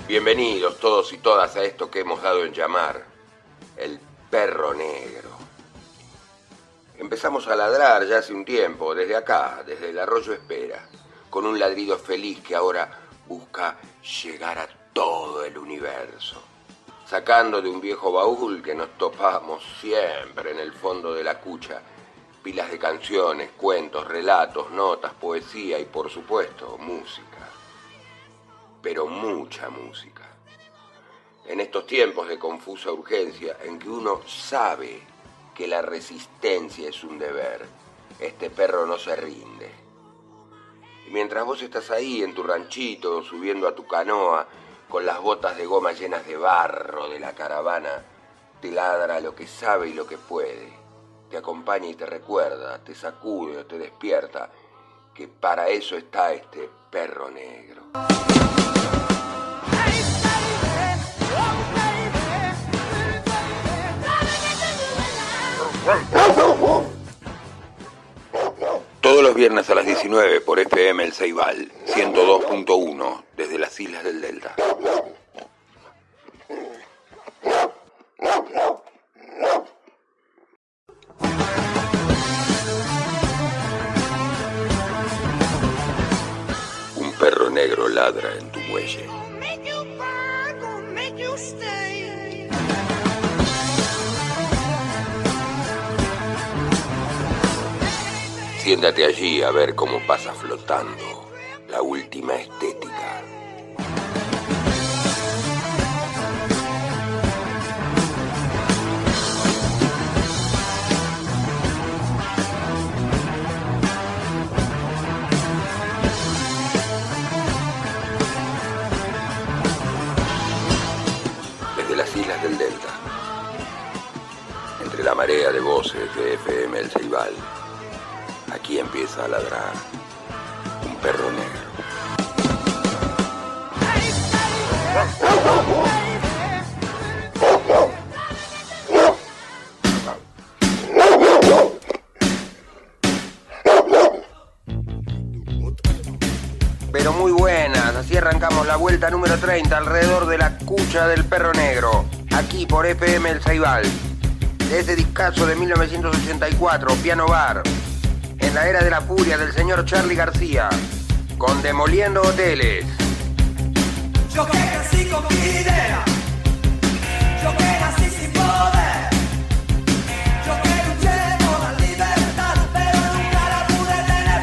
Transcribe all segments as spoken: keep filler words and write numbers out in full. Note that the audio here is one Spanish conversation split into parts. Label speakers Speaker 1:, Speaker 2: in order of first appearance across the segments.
Speaker 1: Bienvenidos todos y todas a esto que hemos dado en llamar el perro negro. Empezamos a ladrar ya hace un tiempo, desde acá, desde el Arroyo Espera, con un ladrido feliz que ahora busca llegar a todo el universo, sacando de un viejo baúl que nos topamos siempre en el fondo de la cucha, pilas de canciones, cuentos, relatos, notas, poesía y por supuesto música. Pero mucha música. En estos tiempos de confusa urgencia en que uno sabe que la resistencia es un deber, este perro no se rinde. Y mientras vos estás ahí en tu ranchito, subiendo a tu canoa, con las botas de goma llenas de barro de la caravana, te ladra lo que sabe y lo que puede, te acompaña y te recuerda, te sacude o te despierta, que para eso está este perro negro. Todos los viernes a las diecinueve por F M El Ceibal, ciento dos punto uno, desde las Islas del Delta. Un perro negro ladra en tu muelle. Siéntate allí a ver cómo pasa flotando la última estética. Desde las Islas del Delta, entre la marea de voces de F M El Ceibal, aquí empieza a ladrar un perro negro. Pero muy buenas, así arrancamos la vuelta número treinta alrededor de la cucha del perro negro, aquí por F M El Ceibal, de ese discazo de mil novecientos ochenta y cuatro, Piano Bar, en la era de la furia del señor Charly García, con Demoliendo Hoteles.
Speaker 2: Yo que nací con mi idea, yo que nací sin poder, yo que luché por la libertad, pero nunca la pude tener.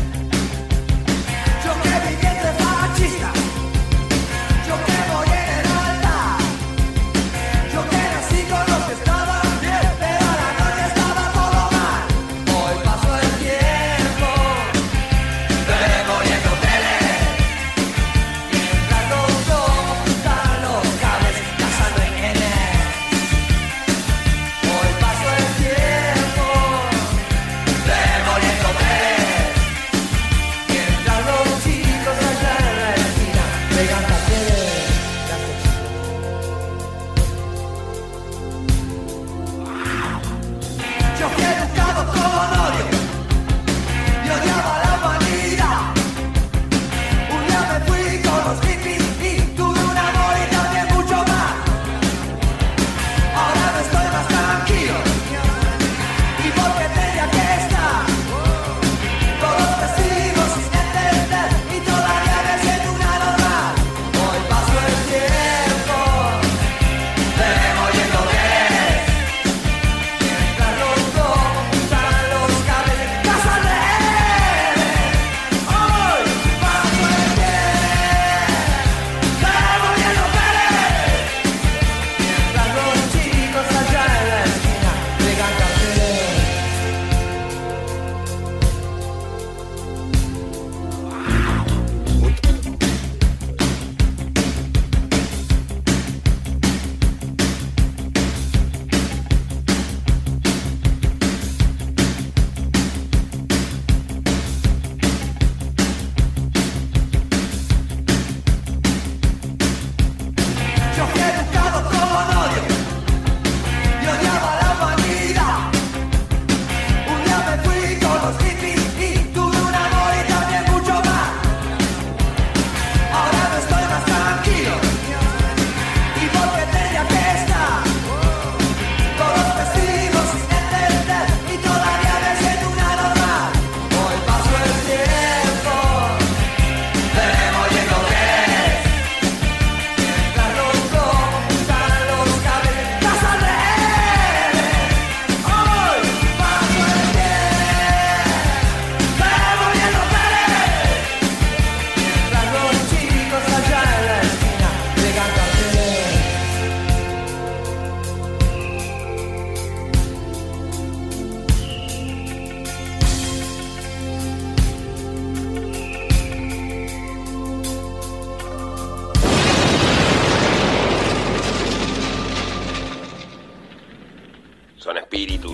Speaker 2: Yo que viví entre fascistas, yo que voy en el altar, yo que nací con los que estaban bien, pero a la noche estaba todo mal. Hoy pasó el tiempo, demoliendo hoteles, mientras los dos dan los cables cazando en N.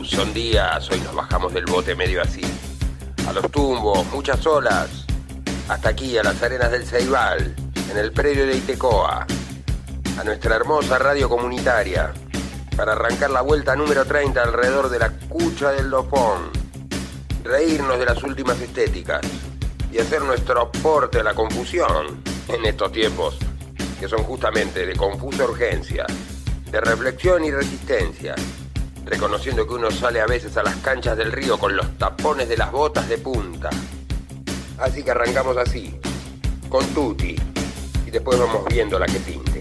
Speaker 1: son días, hoy nos bajamos del bote medio así. A los tumbos, muchas olas. Hasta aquí, a las arenas del Ceibal, en el predio de Itecoa. A nuestra hermosa radio comunitaria, para arrancar la vuelta número treinta alrededor de la cucha del Dopón. Reírnos de las últimas estéticas y hacer nuestro aporte a la confusión en estos tiempos, que son justamente de confusa urgencia, de reflexión y resistencia, reconociendo que uno sale a veces a las canchas del río con los tapones de las botas de punta. Así que arrancamos así, con tutti, y después vamos viendo la que pinte.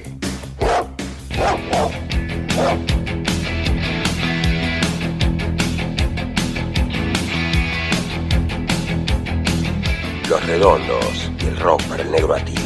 Speaker 1: Los Redondos y el rock para el negro Atila.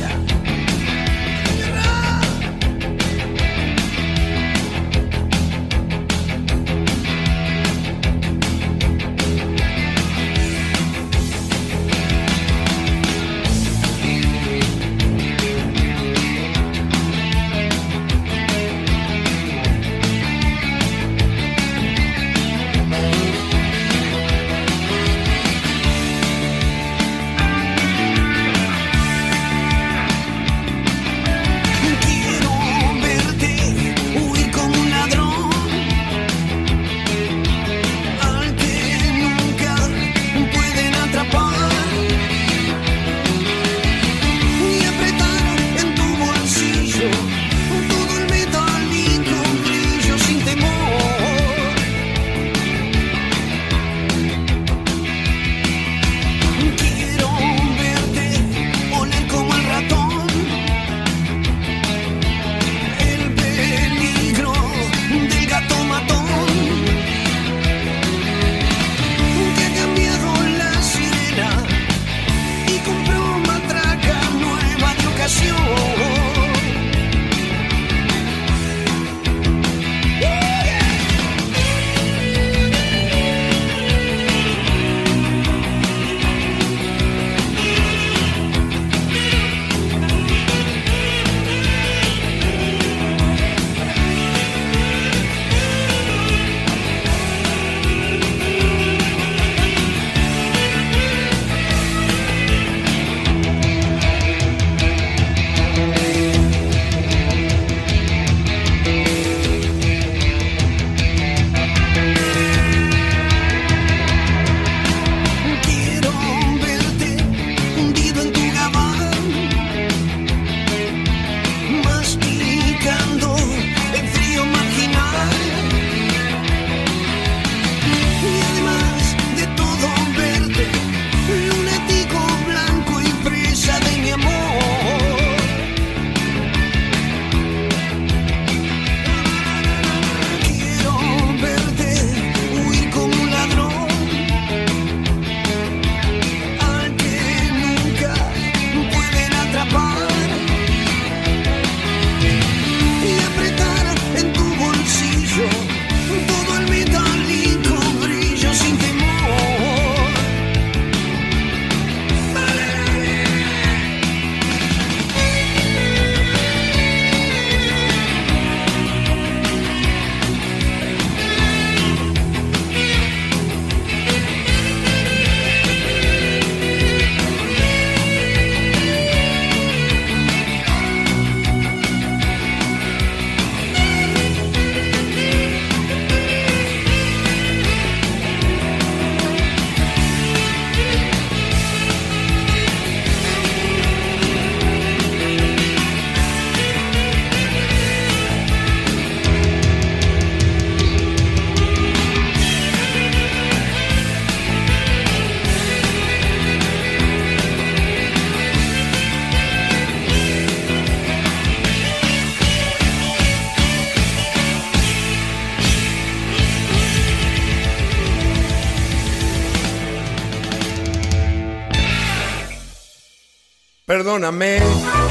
Speaker 3: Perdóname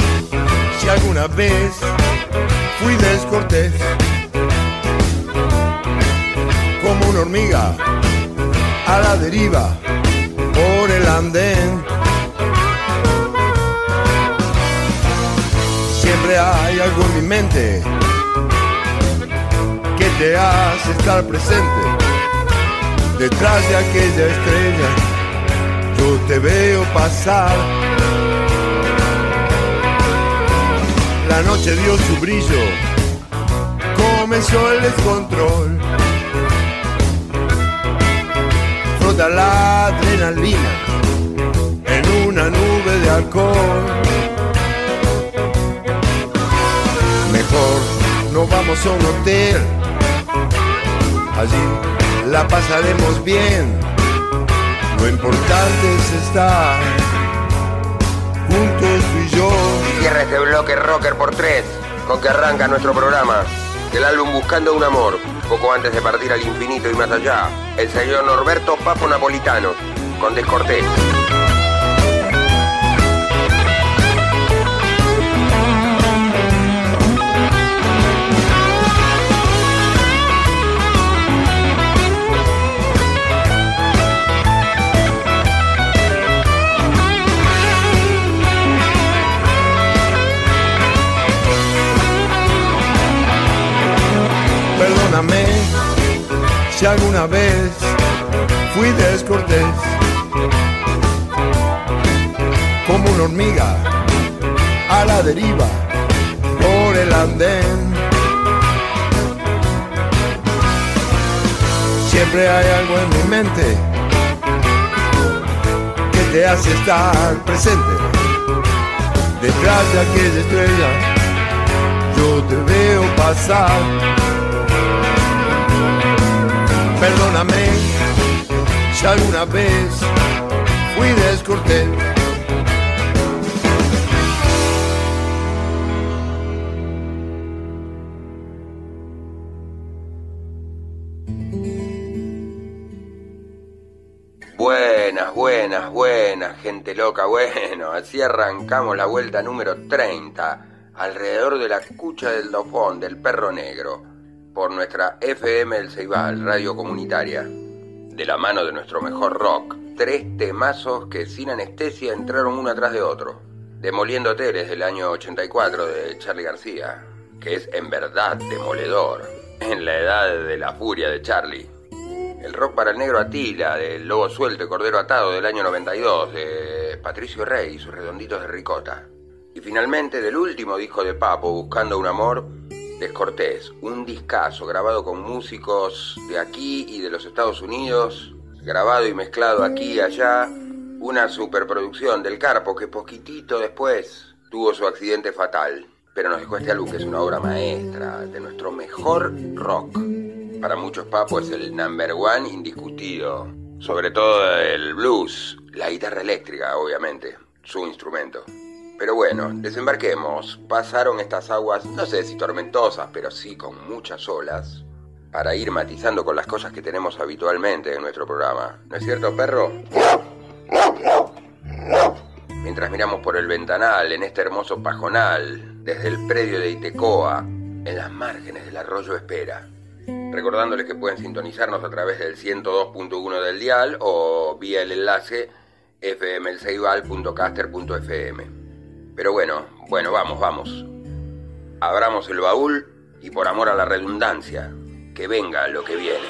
Speaker 3: si alguna vez fui descortés, como una hormiga a la deriva por el andén. Siempre hay algo en mi mente que te hace estar presente Detrás de aquella estrella yo te veo pasar. La noche dio su brillo, comenzó el descontrol. Frota la adrenalina en una nube de alcohol. Mejor no vamos a un hotel, allí la pasaremos bien. Lo importante es estar juntos tú y yo.
Speaker 1: Cierra este bloque rocker por tres, con que arranca nuestro programa. Del álbum Buscando un Amor, poco antes de partir al infinito y más allá, el señor Norberto Papo Napolitano, con Descortés.
Speaker 3: Perdóname si alguna vez fui descortés, como una hormiga a la deriva por el andén. Siempre hay algo en mi mente que te hace estar presente. Detrás de aquella estrella yo te veo pasar. Perdóname si alguna vez fui descortés.
Speaker 1: Buenas, buenas, buenas, gente loca. Bueno, así arrancamos la vuelta número treinta, alrededor de la cucha del dofón del perro negro, por nuestra F M El Ceibal, radio comunitaria, de la mano de nuestro mejor rock. Tres temazos que sin anestesia entraron uno atrás de otro. Demoliendo Hoteles del año ochenta y cuatro de Charly García, que es en verdad demoledor, en la edad de la furia de Charly. El rock para el negro Atila, del Lobo Suelto y Cordero Atado del año noventa y dos, de Patricio Rey y sus redonditos de ricota. Y finalmente del último disco de Papo, Buscando un Amor, Descortés, un discazo grabado con músicos de aquí y de los Estados Unidos, grabado y mezclado aquí y allá, una superproducción del Carpo que poquitito después tuvo su accidente fatal, pero nos dejó este álbum que es una obra maestra de nuestro mejor rock. Para muchos Papo es el number one indiscutido, sobre todo el blues, la guitarra eléctrica obviamente, su instrumento. Pero bueno, desembarquemos. Pasaron estas aguas, no sé si tormentosas, pero sí con muchas olas, para ir matizando con las cosas que tenemos habitualmente en nuestro programa. ¿No es cierto, perro? Mientras miramos por el ventanal, en este hermoso pajonal, desde el predio de Itecoa, en las márgenes del arroyo Espera. Recordándoles que pueden sintonizarnos a través del ciento dos punto uno del dial o vía el enlace f m el ceibal punto caster punto f m. Pero bueno, bueno, vamos, vamos. Abramos el baúl y por amor a la redundancia, que venga lo que viene.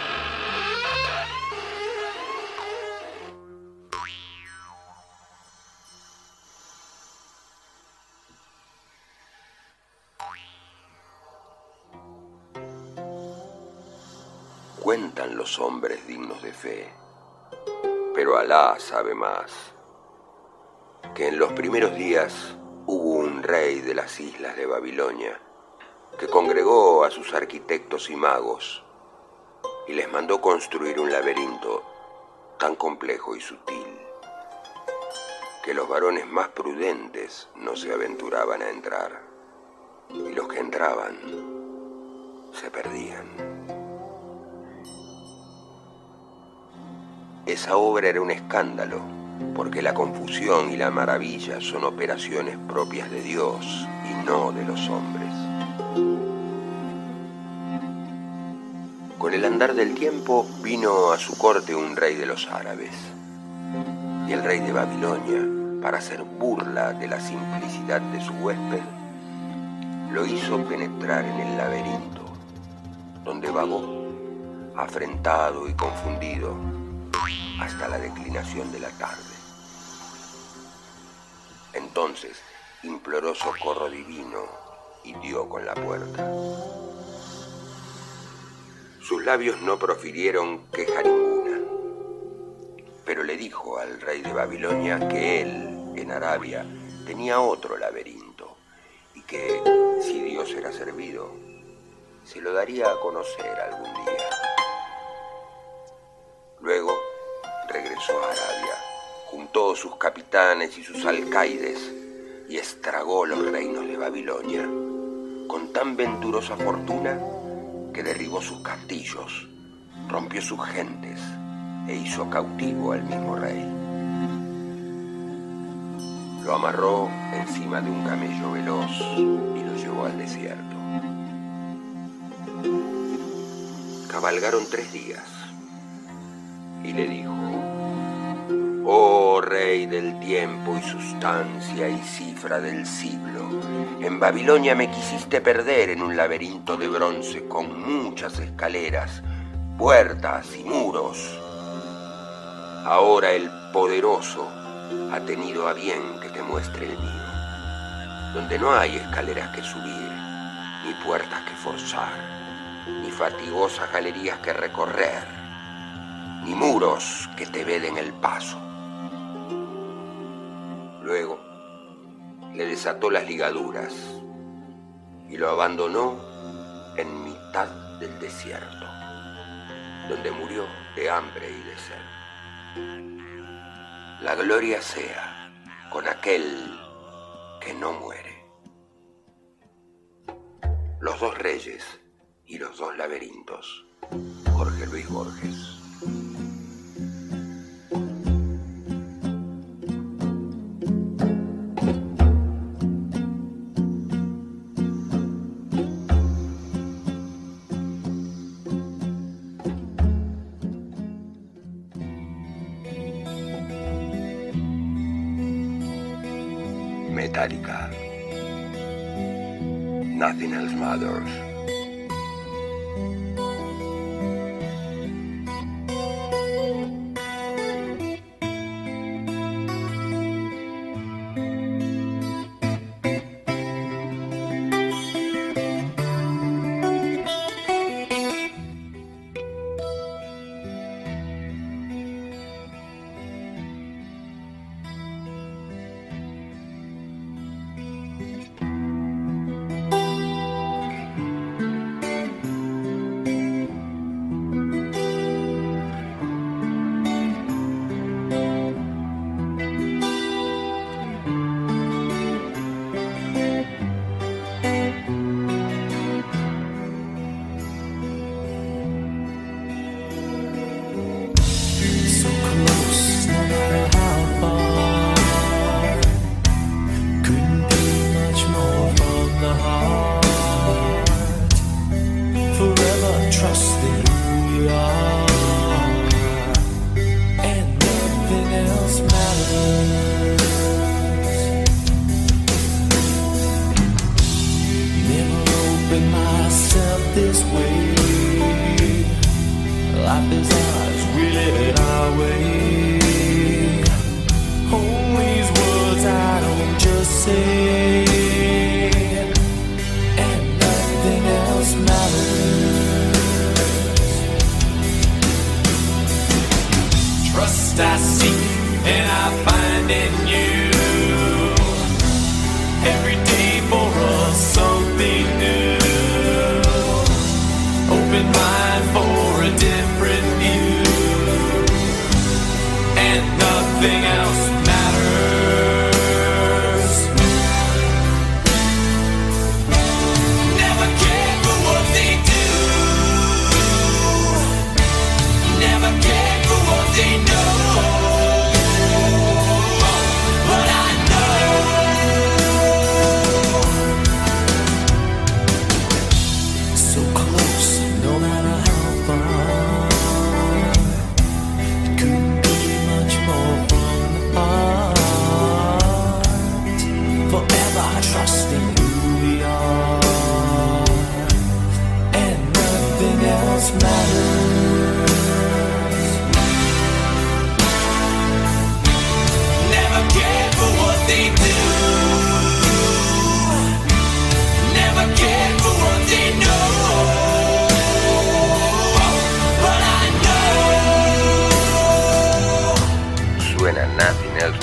Speaker 1: Cuentan los hombres dignos de fe, pero Alá sabe más, que en los primeros días hubo un rey de las islas de Babilonia que congregó a sus arquitectos y magos y les mandó construir un laberinto tan complejo y sutil que los varones más prudentes no se aventuraban a entrar, y los que entraban se perdían. Esa obra era un escándalo, porque la confusión y la maravilla son operaciones propias de Dios y no de los hombres. Con el andar del tiempo vino a su corte un rey de los árabes, y el rey de Babilonia, para hacer burla de la simplicidad de su huésped, lo hizo penetrar en el laberinto, donde vagó afrentado y confundido, hasta la declinación de la tarde. Entonces imploró socorro divino y dio con la puerta. Sus labios no profirieron queja ninguna, pero le dijo al rey de Babilonia que él, en Arabia, tenía otro laberinto y que, si Dios era servido, se lo daría a conocer algún día. Luego regresó a Arabia, juntó sus capitanes y sus alcaides y estragó los reinos de Babilonia, con tan venturosa fortuna que derribó sus castillos, rompió sus gentes e hizo cautivo al mismo rey. Lo amarró encima de un camello veloz y lo llevó al desierto. Cabalgaron tres días y le dijo: oh rey del tiempo y sustancia y cifra del siglo, en Babilonia me quisiste perder en un laberinto de bronce con muchas escaleras, puertas y muros. Ahora el poderoso ha tenido a bien que te muestre el mío, donde no hay escaleras que subir, ni puertas que forzar, ni fatigosas galerías que recorrer, ni muros que te veden el paso. Luego le desató las ligaduras y lo abandonó en mitad del desierto, donde murió de hambre y de sed. La gloria sea con aquel que no muere. Los dos reyes y los dos laberintos. Jorge Luis Borges. Metallica. Nothing else matters.
Speaker 2: But I know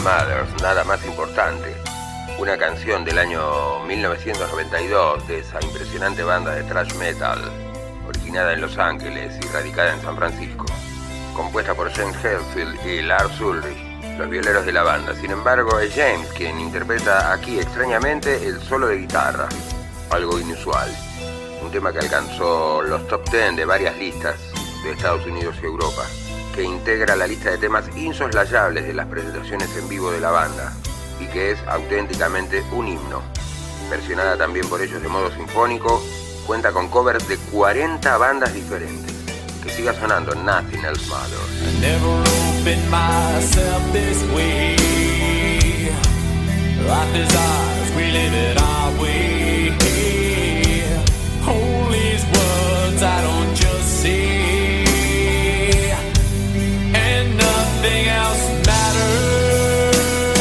Speaker 1: Matters, nada más importante. Una canción del año mil novecientos noventa y dos de esa impresionante banda de thrash metal, originada en Los Ángeles y radicada en San Francisco, compuesta por James Hetfield y Lars Ulrich, los violeros de la banda. Sin embargo, es James quien interpreta aquí extrañamente el solo de guitarra, algo inusual. Un tema que alcanzó los top ten de varias listas de Estados Unidos y Europa, que integra la lista de temas insoslayables de las presentaciones en vivo de la banda y que es auténticamente un himno. Versionada también por ellos de modo sinfónico, cuenta con covers de cuarenta bandas diferentes. Que siga sonando Nothing Else Matters.
Speaker 4: I never opened myself this way. Life is ours, we live it our way. All these words I don't just say, and nothing else matters.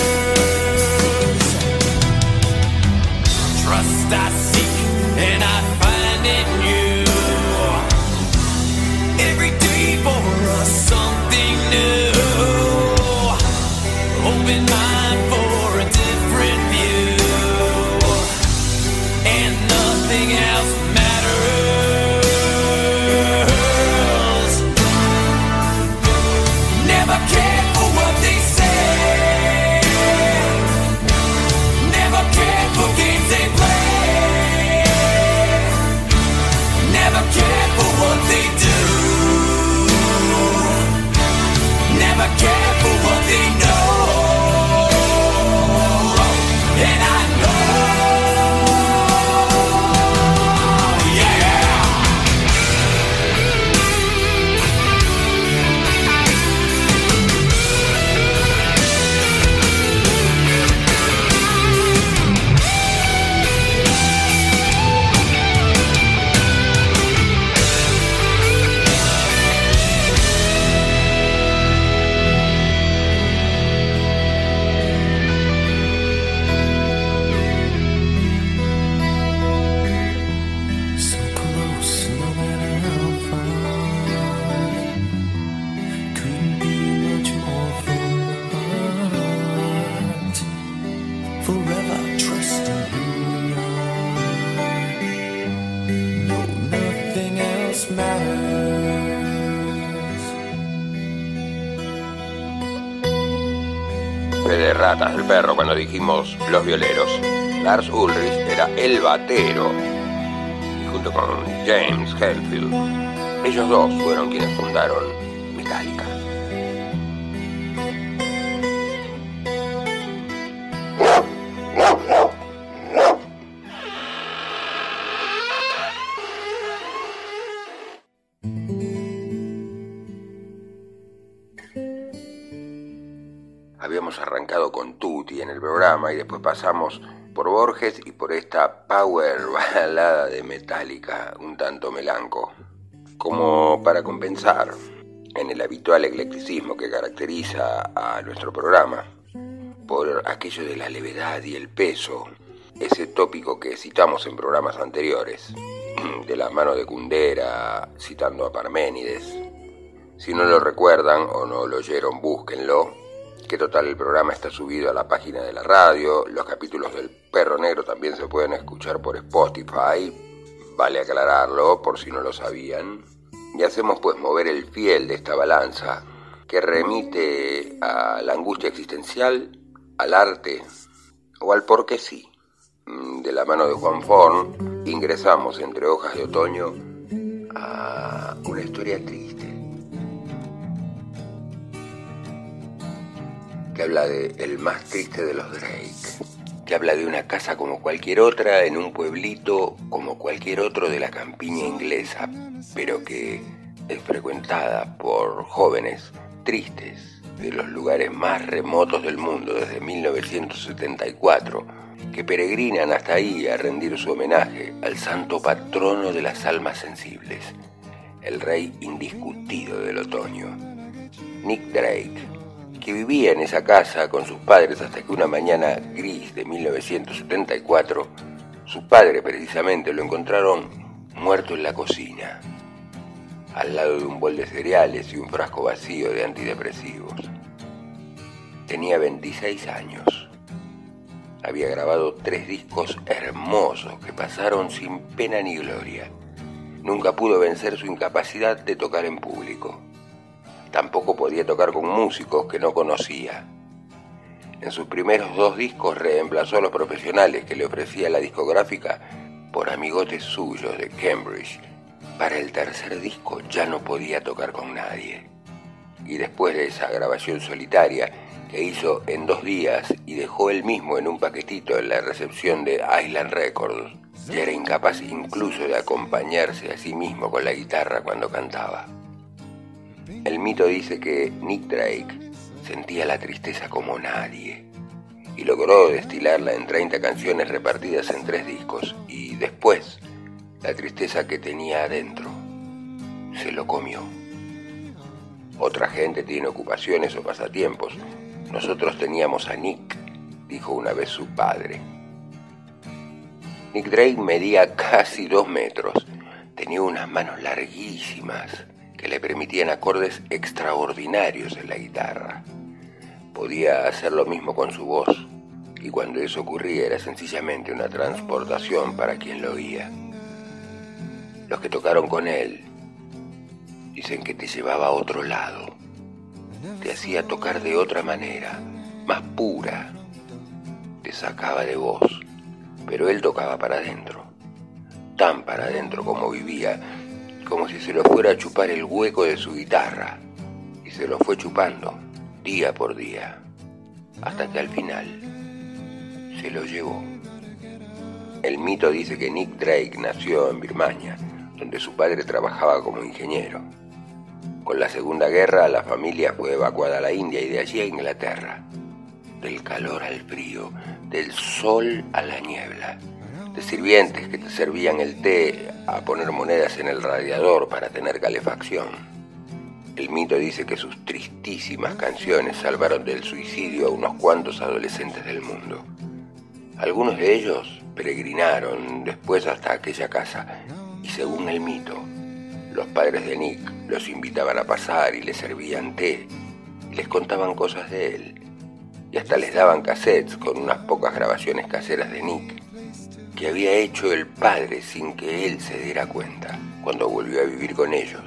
Speaker 4: Trust I seek and I find in you. Every day for us something new. Open mind for a different view, and nothing else matters. Never cared for what they say. Never cared for games they play. Never cared for what they do. Never cared for what they know. And I know, yeah. So close, no matter how far. Couldn't be much more from the heart. Forever trusting who we are. No, nothing else matters.
Speaker 1: Fe de ratas del perro cuando dijimos los violeros. Lars Ulrich era el batero y junto con James Hetfield, ellos dos fueron quienes fundaron Metallica. Habíamos arrancado con Tutti en el programa y después pasamos por Borges y por esta power balada de Metallica, un tanto melanco, como para compensar en el habitual eclecticismo que caracteriza a nuestro programa, por aquello de la levedad y el peso, ese tópico que citamos en programas anteriores, de la mano de Kundera, citando a Parménides. Si no lo recuerdan o no lo oyeron, búsquenlo. Que total, el programa está subido a la página de la radio. Los capítulos del Perro Negro también se pueden escuchar por Spotify, vale aclararlo por si no lo sabían. Y hacemos pues mover el fiel de esta balanza que remite a la angustia existencial, al arte o al porque sí. De la mano de Juan Forn ingresamos entre hojas de otoño a una historia triste que habla de el más triste de los Drake, que habla de una casa como cualquier otra, en un pueblito como cualquier otro de la campiña inglesa, pero que es frecuentada por jóvenes tristes de los lugares más remotos del mundo desde mil novecientos setenta y cuatro, que peregrinan hasta ahí a rendir su homenaje al santo patrono de las almas sensibles, el rey indiscutido del otoño, Nick Drake, que vivía en esa casa con sus padres hasta que una mañana gris de mil novecientos setenta y cuatro, su padre precisamente lo encontraron muerto en la cocina, al lado de un bol de cereales y un frasco vacío de antidepresivos. Tenía veintiséis años. Había grabado tres discos hermosos que pasaron sin pena ni gloria. Nunca pudo vencer su incapacidad de tocar en público. Tampoco podía tocar con músicos que no conocía. En sus primeros dos discos reemplazó a los profesionales que le ofrecía la discográfica por amigotes suyos de Cambridge. Para el tercer disco ya no podía tocar con nadie. Y después de esa grabación solitaria que hizo en dos días y dejó él mismo en un paquetito en la recepción de Island Records, ya era incapaz incluso de acompañarse a sí mismo con la guitarra cuando cantaba. El mito dice que Nick Drake sentía la tristeza como nadie y logró destilarla en treinta canciones repartidas en tres discos, y después la tristeza que tenía adentro se lo comió. Otra gente tiene ocupaciones o pasatiempos. Nosotros teníamos a Nick, dijo una vez su padre. Nick Drake medía casi dos metros. Tenía unas manos larguísimas que le permitían acordes extraordinarios en la guitarra. Podía hacer lo mismo con su voz, y cuando eso ocurría era sencillamente una transportación para quien lo oía. Los que tocaron con él dicen que te llevaba a otro lado, te hacía tocar de otra manera, más pura, te sacaba de voz, pero él tocaba para adentro, tan para adentro como vivía, como si se lo fuera a chupar el hueco de su guitarra, y se lo fue chupando día por día, hasta que al final se lo llevó. El mito dice que Nick Drake nació en Birmania, donde su padre trabajaba como ingeniero. Con la Segunda Guerra, la familia fue evacuada a la India y de allí a Inglaterra. Del calor al frío, del sol a la niebla, de sirvientes que te servían el té a poner monedas en el radiador para tener calefacción. El mito dice que sus tristísimas canciones salvaron del suicidio a unos cuantos adolescentes del mundo. Algunos de ellos peregrinaron después hasta aquella casa y, según el mito, los padres de Nick los invitaban a pasar y les servían té y les contaban cosas de él, y hasta les daban cassettes con unas pocas grabaciones caseras de Nick que había hecho el padre sin que él se diera cuenta cuando volvió a vivir con ellos.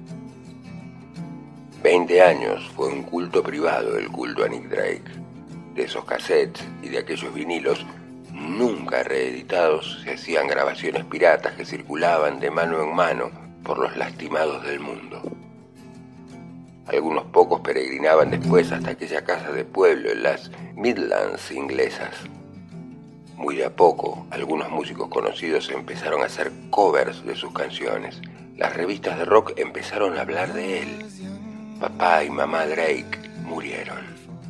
Speaker 1: Veinte años fue un culto privado el culto a Nick Drake. De esos cassettes y de aquellos vinilos nunca reeditados se hacían grabaciones piratas que circulaban de mano en mano por los lastimados del mundo. Algunos pocos peregrinaban después hasta aquella casa de pueblo en las Midlands inglesas. Muy de a poco, algunos músicos conocidos empezaron a hacer covers de sus canciones. Las revistas de rock empezaron a hablar de él. Papá y mamá Drake murieron.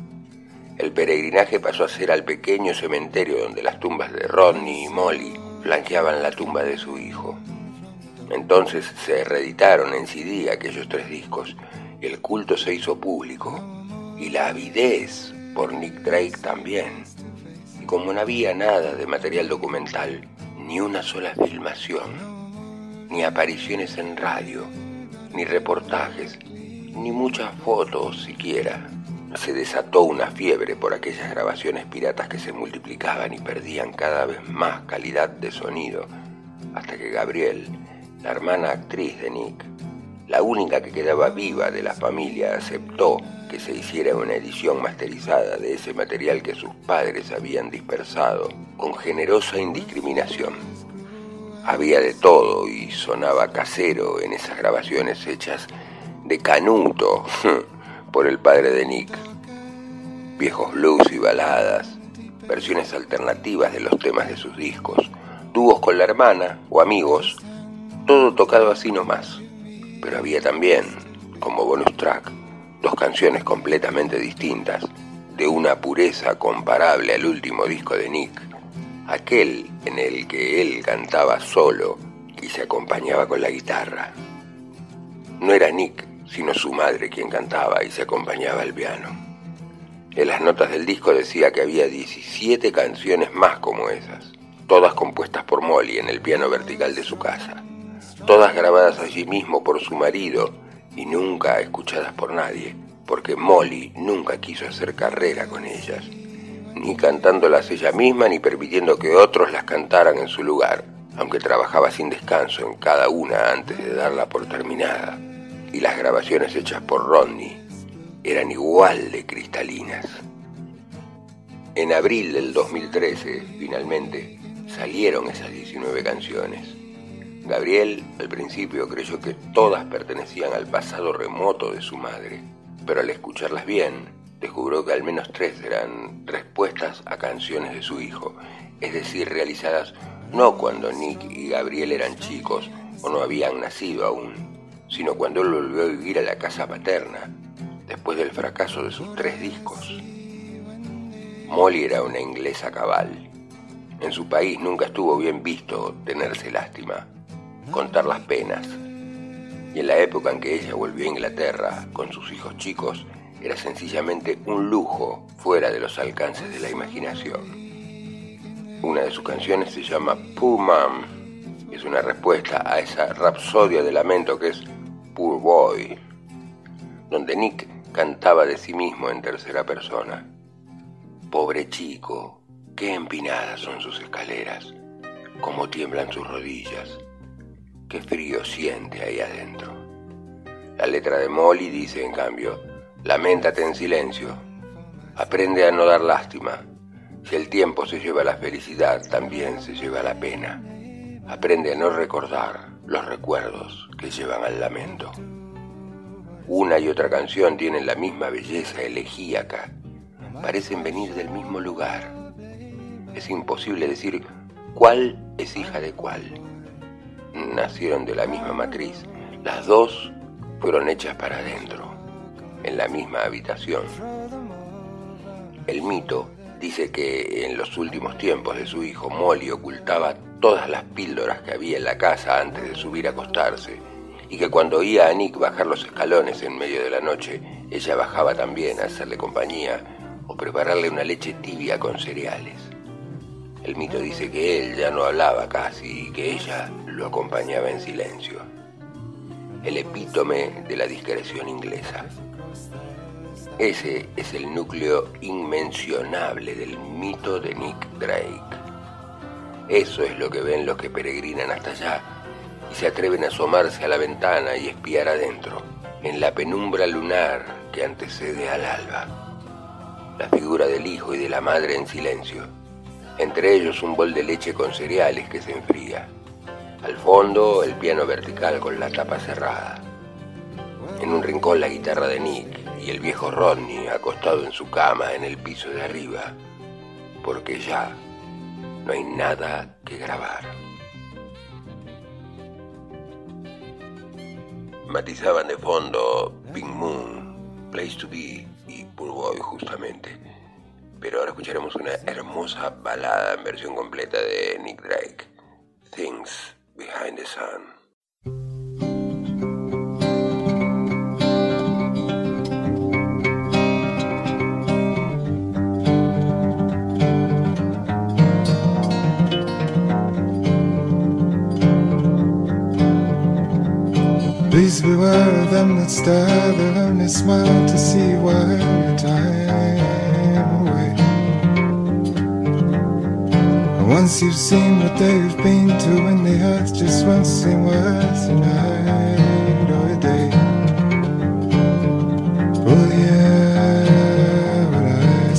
Speaker 1: El peregrinaje pasó a ser al pequeño cementerio donde las tumbas de Rodney y Molly flanqueaban la tumba de su hijo. Entonces se reeditaron en C D aquellos tres discos, el culto se hizo público, y la avidez por Nick Drake también. Y como no había nada de material documental, ni una sola filmación, ni apariciones en radio, ni reportajes, ni muchas fotos siquiera, se desató una fiebre por aquellas grabaciones piratas que se multiplicaban y perdían cada vez más calidad de sonido, hasta que Gabrielle, la hermana actriz de Nick, la única que quedaba viva de la familia, aceptó que se hiciera una edición masterizada de ese material que sus padres habían dispersado con generosa indiscriminación. Había de todo y sonaba casero en esas grabaciones hechas de canuto por el padre de Nick. Viejos blues y baladas, versiones alternativas de los temas de sus discos, dúos con la hermana o amigos, todo tocado así nomás. Pero había también, como bonus track, dos canciones completamente distintas, de una pureza comparable al último disco de Nick, aquel en el que él cantaba solo y se acompañaba con la guitarra. No era Nick, sino su madre quien cantaba y se acompañaba al piano. En las notas del disco decía que había diecisiete canciones más como esas, todas compuestas por Molly en el piano vertical de su casa, todas grabadas allí mismo por su marido y nunca escuchadas por nadie, porque Molly nunca quiso hacer carrera con ellas, ni cantándolas ella misma ni permitiendo que otros las cantaran en su lugar, aunque trabajaba sin descanso en cada una antes de darla por terminada, y las grabaciones hechas por Rodney eran igual de cristalinas. En abril del dos mil trece, finalmente, salieron esas diecinueve canciones. Gabriel al principio creyó que todas pertenecían al pasado remoto de su madre, pero al escucharlas bien, descubrió que al menos tres eran respuestas a canciones de su hijo, es decir, realizadas no cuando Nick y Gabriel eran chicos o no habían nacido aún, sino cuando él volvió a vivir a la casa paterna, después del fracaso de sus tres discos. Molly era una inglesa cabal. En su país nunca estuvo bien visto tenerse lástima, contar las penas. Y en la época en que ella volvió a Inglaterra con sus hijos chicos, era sencillamente un lujo fuera de los alcances de la imaginación. Una de sus canciones se llama Poor Mom. Es una respuesta a esa rapsodia de lamento que es Poor Boy, donde Nick cantaba de sí mismo en tercera persona. Pobre chico, qué empinadas son sus escaleras, cómo tiemblan sus rodillas, qué frío siente ahí adentro. La letra de Molly dice, en cambio, laméntate en silencio, aprende a no dar lástima. Si el tiempo se lleva la felicidad, también se lleva la pena. Aprende a no recordar los recuerdos que llevan al lamento. Una y otra canción tienen la misma belleza elegíaca. Parecen venir del mismo lugar. Es imposible decir cuál es hija de cuál. Nacieron de la misma matriz. Las dos fueron hechas para adentro, en la misma habitación. El mito dice que en los últimos tiempos de su hijo, Molly ocultaba todas las píldoras que había en la casa antes de subir a acostarse, y que cuando oía a Nick bajar los escalones en medio de la noche, ella bajaba también a hacerle compañía o prepararle una leche tibia con cereales. El mito dice que él ya no hablaba casi y que ella lo acompañaba en silencio. El epítome de la discreción inglesa. Ese es el núcleo inmencionable del mito de Nick Drake. Eso es lo que ven los que peregrinan hasta allá y se atreven a asomarse a la ventana y espiar adentro, en la penumbra lunar que antecede al alba. La figura del hijo y de la madre en silencio. Entre ellos un bol de leche con cereales que se enfría. Al fondo el piano vertical con la tapa cerrada. En un rincón la guitarra de Nick y el viejo Rodney acostado en su cama en el piso de arriba, porque ya no hay nada que grabar. Matizaban de fondo Pink Moon, Place to Be y Poor Boy justamente. Pero ahora escucharemos una hermosa balada en versión completa de Nick Drake, Things Behind the Sun.
Speaker 5: Please beware of them that stare, they'll only smile to see you while your time away. And once you've seen what they've been to, when the earth just won't seem worth a night or a day. Oh yeah, what I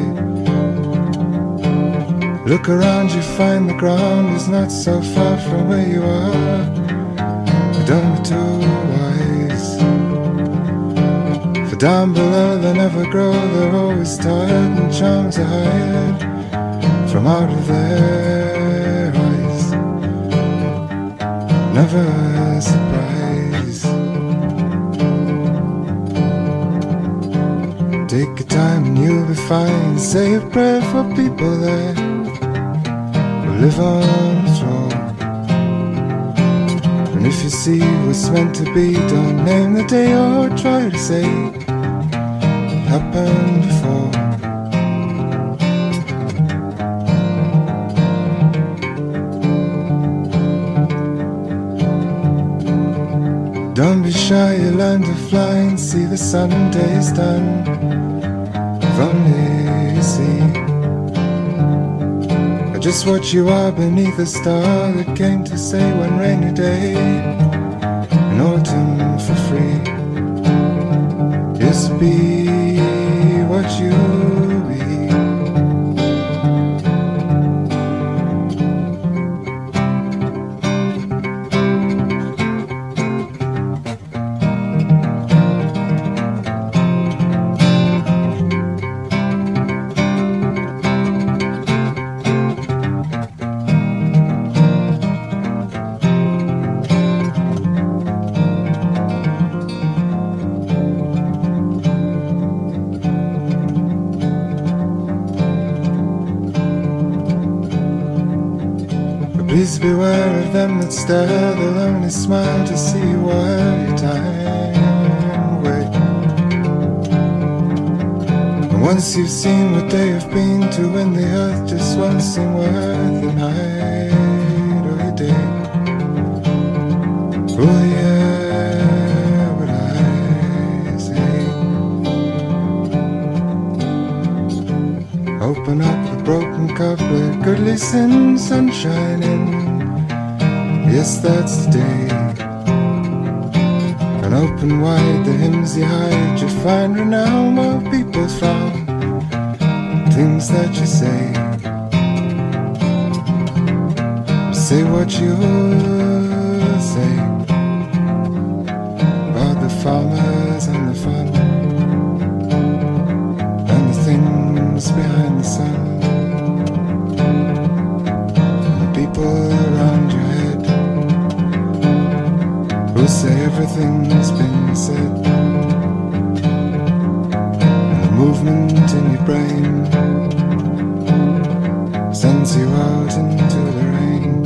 Speaker 5: say. Look around, you find the ground is not so far from where you are. Don't be too wise, for down below they never grow, they're always tired and charms are hired from out of their eyes. Never a surprise. Take your time and you'll be fine. Say a prayer for people that will live on the throne. And if you see what's meant to be, don't name the day or try to say it happened before. Don't Don't be shy, you learn to fly and see the Sunday's done. If only you see just what you are beneath a star that came to say one rainy day in autumn for free. Just be what you be. Please beware of them that stare, they'll only smile to see you while your time away. And once you've seen what they have been to, when the earth just won't seem worth a night or a day. Oh yeah, what I say. Open up a broken cup with goodly sin, sunshine in. Yes, that's the day. And open wide the hymns you hide, you find renown while people frown. Things that you say, say what you say about the farmers and the fun and the things behind the sun. People around your head who say everything's been said, and the movement in your brain sends you out into the rain.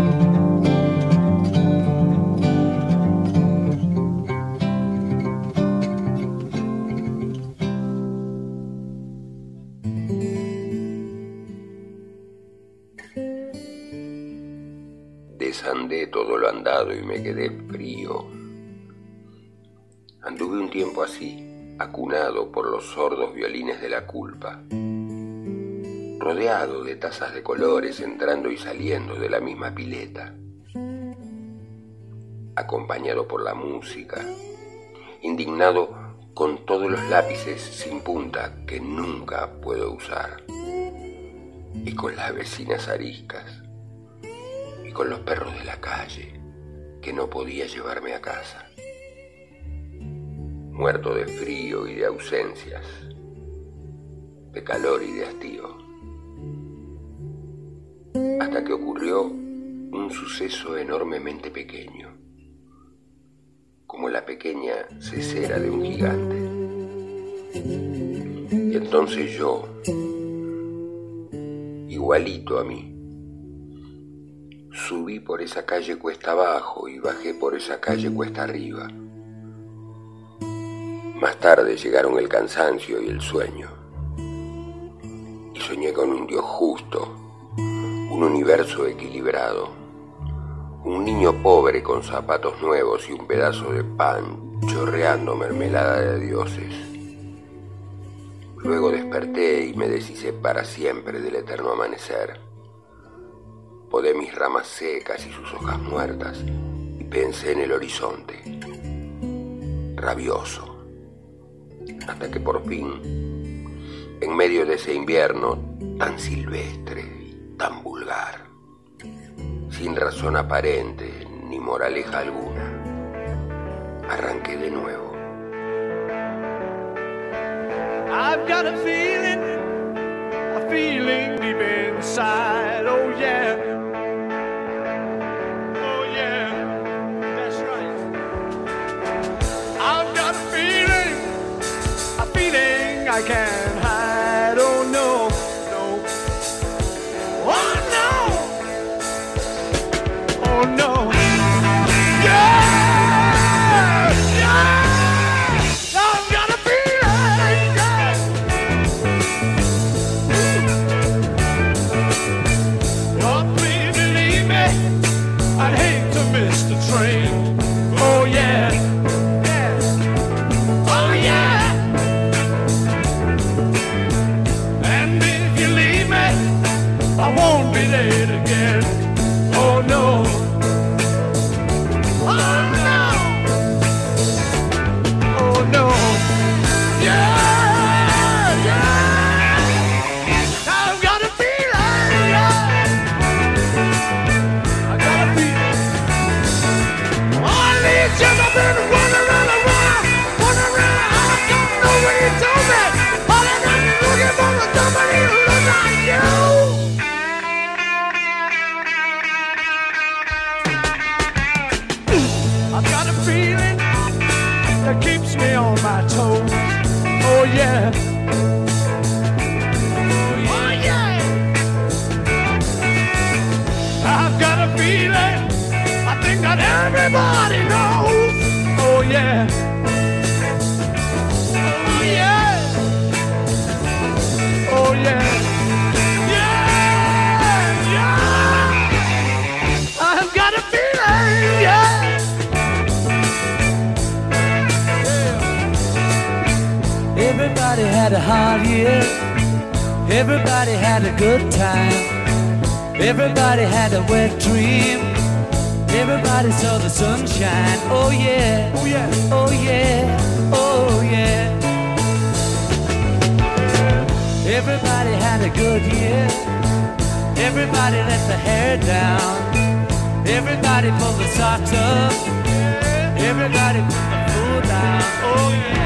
Speaker 1: Desandé todo lo andado y me quedé frío. Anduve un tiempo así, acunado por los sordos violines de la culpa, rodeado de tazas de colores entrando y saliendo de la misma pileta, acompañado por la música, indignado con todos los lápices sin punta que nunca puedo usar, y con las vecinas ariscas, con los perros de la calle que no podía llevarme a casa, muerto de frío y de ausencias, de calor y de hastío, hasta que ocurrió un suceso enormemente pequeño, como la pequeña cesera de un gigante. Y entonces yo, igualito a mí, subí por esa calle cuesta abajo y bajé por esa calle cuesta arriba. Más tarde llegaron el cansancio y el sueño. Y soñé con un Dios justo, un universo equilibrado, un niño pobre con zapatos nuevos y un pedazo de pan chorreando mermelada de dioses. Luego desperté y me deshice para siempre del eterno amanecer. Podé mis ramas secas y sus hojas muertas y pensé en el horizonte, rabioso, hasta que por fin, en medio de ese invierno tan silvestre y tan vulgar, sin razón aparente ni moraleja alguna, arranqué de nuevo.
Speaker 2: I've got a feeling, a feeling deep inside, oh yeah. I can't hide, oh no, no, oh no, oh no, yeah, yeah, I've got a feeling, yeah. be late again. Oh no. Oh no. Oh no. Yeah, yeah. I've got a feeling. Yeah. I got a feeling. All these years I've been running around and around, running around. I don't know what he told me. All I've been looking for was somebody who looks like you. I've got a feeling that keeps me on my toes. Oh yeah. Oh yeah. I've got a feeling I think that everybody knows. Oh yeah. Oh yeah. Oh yeah. Yeah, yeah. I've got a feeling, yeah. Everybody had a hard year. Everybody had a good time. Everybody had a wet dream. Everybody saw the sunshine. Oh yeah. Oh yeah. Oh yeah. Oh yeah. Everybody had a good year. Everybody let the hair down. Everybody pulled the socks up. Everybody put the food down. Oh yeah.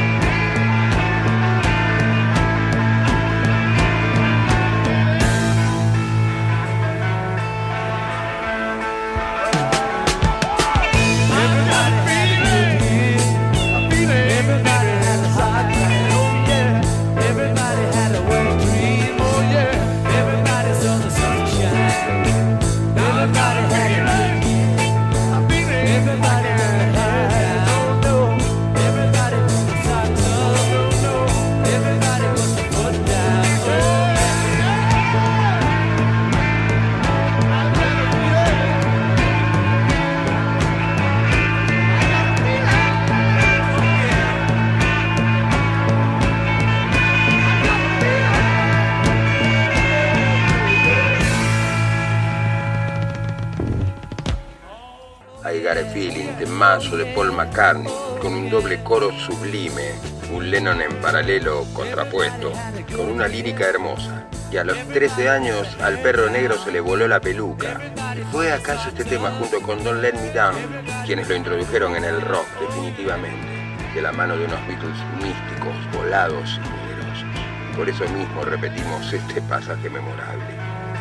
Speaker 1: I Got a Feeling, temazo de Paul McCartney, con un doble coro sublime, un Lennon en paralelo contrapuesto, con una lírica hermosa. Y a los trece años al perro negro se le voló la peluca. ¿Fue acaso este tema junto con Don't Let Me Down quienes lo introdujeron en el rock definitivamente, de la mano de unos Beatles místicos, volados y poderosos? Por eso mismo repetimos este pasaje memorable.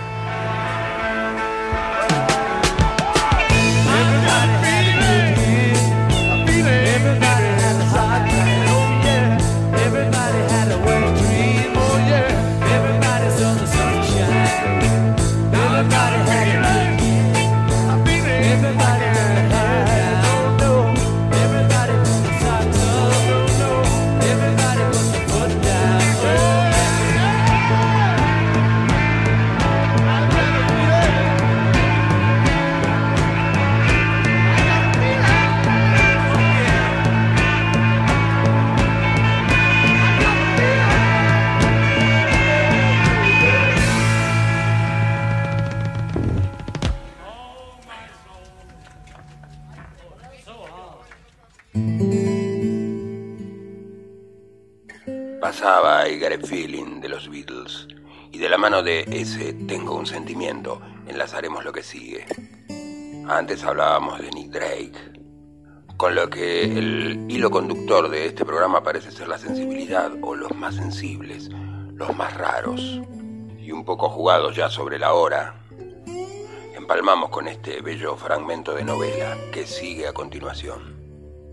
Speaker 2: Everybody had a good year. Everybody had a hard time. Oh yeah. Everybody had a wet dream. Oh yeah. Everybody saw the sunshine. Everybody had a good year. Everybody had a hard time. Oh no. Everybody put the socks up. Oh no. Everybody put the foot down. Oh
Speaker 1: Pasaba I Got a Feeling de los Beatles, y de la mano de ese Tengo un Sentimiento enlazaremos lo que sigue. Antes hablábamos de Nick Drake, con lo que el hilo conductor de este programa parece ser la sensibilidad, o los más sensibles, los más raros, y un poco jugados ya sobre la hora. Empalmamos con este bello fragmento de novela que sigue a continuación.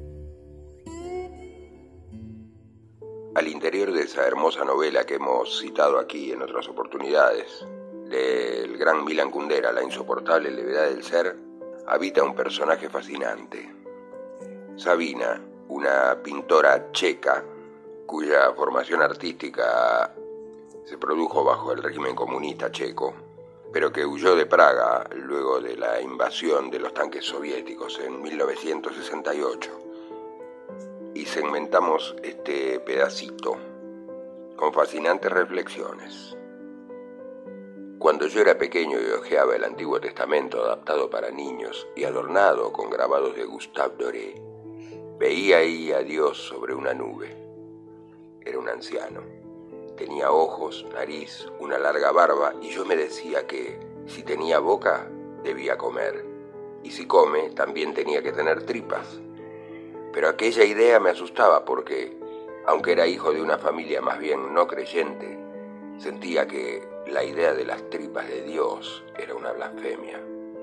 Speaker 1: Al interior de esa hermosa novela que hemos citado aquí en otras oportunidades, del gran Milan Kundera, La insoportable levedad del ser, habita un personaje fascinante. Sabina, una pintora checa, cuya formación artística se produjo bajo el régimen comunista checo, pero que huyó de Praga luego de la invasión de los tanques soviéticos en mil novecientos sesenta y ocho. Y segmentamos este pedacito con fascinantes reflexiones. Cuando yo era pequeño y hojeaba el Antiguo Testamento adaptado para niños y adornado con grabados de Gustave Doré, veía ahí a Dios sobre una nube. Era un anciano. Tenía ojos, nariz, una larga barba, y yo me decía que, si tenía boca, debía comer, y si come, también tenía que tener tripas. Pero aquella idea me asustaba porque, aunque era hijo de una familia más bien no creyente, sentía que la idea de las tripas de Dios era una blasfemia.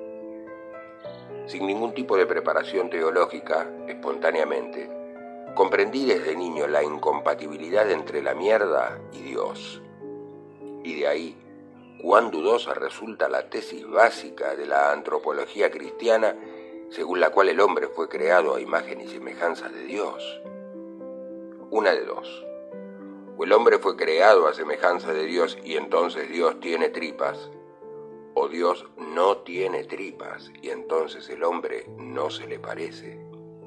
Speaker 1: Sin ningún tipo de preparación teológica, espontáneamente, comprendí desde niño la incompatibilidad entre la mierda y Dios. Y de ahí, cuán dudosa resulta la tesis básica de la antropología cristiana, según la cual el hombre fue creado a imagen y semejanza de Dios. Una de dos. O el hombre fue creado a semejanza de Dios y entonces Dios tiene tripas, o Dios no tiene tripas y entonces el hombre no se le parece.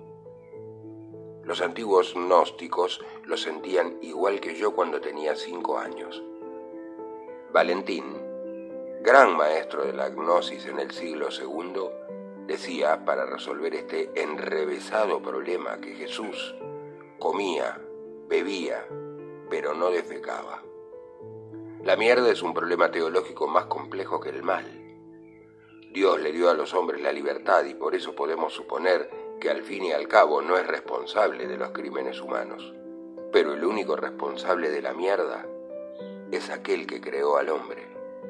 Speaker 1: Los antiguos gnósticos lo sentían igual que yo cuando tenía cinco años. Valentín, gran maestro de la gnosis en el siglo segundo, decía para resolver este enrevesado problema que Jesús comía, bebía, pero no defecaba. La mierda es un problema teológico más complejo que el mal. Dios le dio a los hombres la libertad y por eso podemos suponer que al fin y al cabo no es responsable de los crímenes humanos. Pero el único responsable de la mierda es aquel que creó al hombre.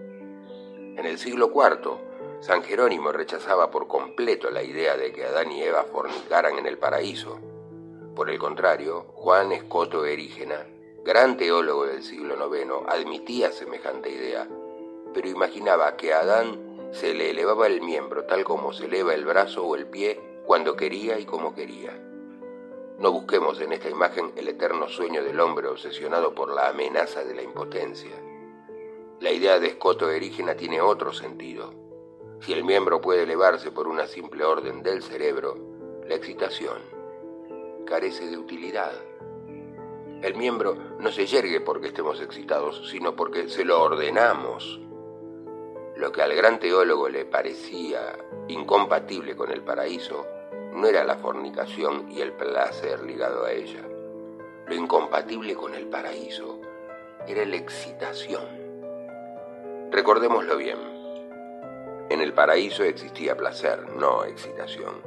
Speaker 1: En el siglo cuarto, San Jerónimo rechazaba por completo la idea de que Adán y Eva fornicaran en el paraíso. Por el contrario, Juan Escoto Erígena, gran teólogo del siglo noveno, admitía semejante idea, pero imaginaba que a Adán se le elevaba el miembro tal como se eleva el brazo o el pie cuando quería y como quería. No busquemos en esta imagen el eterno sueño del hombre obsesionado por la amenaza de la impotencia. La idea de Escoto Erígena tiene otro sentido. Si el miembro puede elevarse por una simple orden del cerebro, la excitación carece de utilidad. El miembro no se yergue porque estemos excitados, sino porque se lo ordenamos. Lo que al gran teólogo le parecía incompatible con el paraíso no era la fornicación y el placer ligado a ella. Lo incompatible con el paraíso era la excitación. Recordémoslo bien. En el paraíso existía placer, no excitación.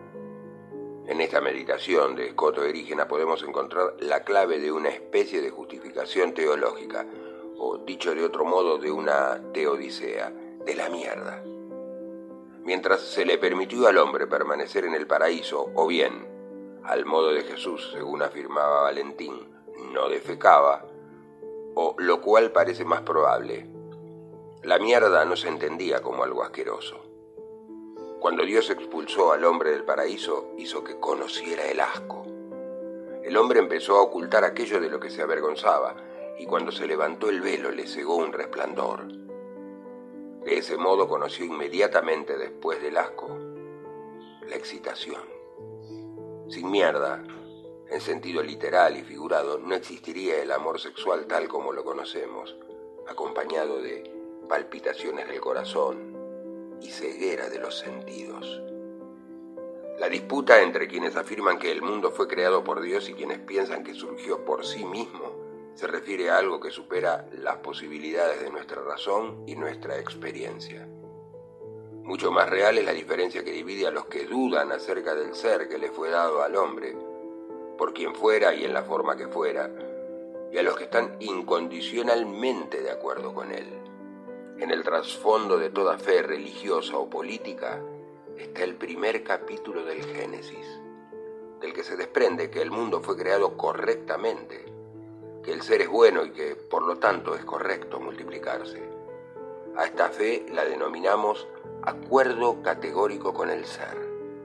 Speaker 1: En esta meditación de Escoto Erígena podemos encontrar la clave de una especie de justificación teológica, o dicho de otro modo, de una teodicea, de la mierda. Mientras se le permitió al hombre permanecer en el paraíso, o bien, al modo de Jesús, según afirmaba Valentín, no defecaba, o lo cual parece más probable, la mierda no se entendía como algo asqueroso. Cuando Dios expulsó al hombre del paraíso, hizo que conociera el asco. El hombre empezó a ocultar aquello de lo que se avergonzaba, y cuando se levantó el velo le cegó un resplandor. De ese modo conoció inmediatamente después del asco la excitación. Sin mierda, en sentido literal y figurado, no existiría el amor sexual tal como lo conocemos, acompañado de palpitaciones del corazón y ceguera de los sentidos. La disputa entre quienes afirman que el mundo fue creado por Dios y quienes piensan que surgió por sí mismo se refiere a algo que supera las posibilidades de nuestra razón y nuestra experiencia. Mucho más real es la diferencia que divide a los que dudan acerca del ser que le fue dado al hombre, por quien fuera y en la forma que fuera, y a los que están incondicionalmente de acuerdo con él. En el trasfondo de toda fe religiosa o política está el primer capítulo del Génesis, del que se desprende que el mundo fue creado correctamente, que el ser es bueno y que, por lo tanto, es correcto multiplicarse. A esta fe la denominamos acuerdo categórico con el ser.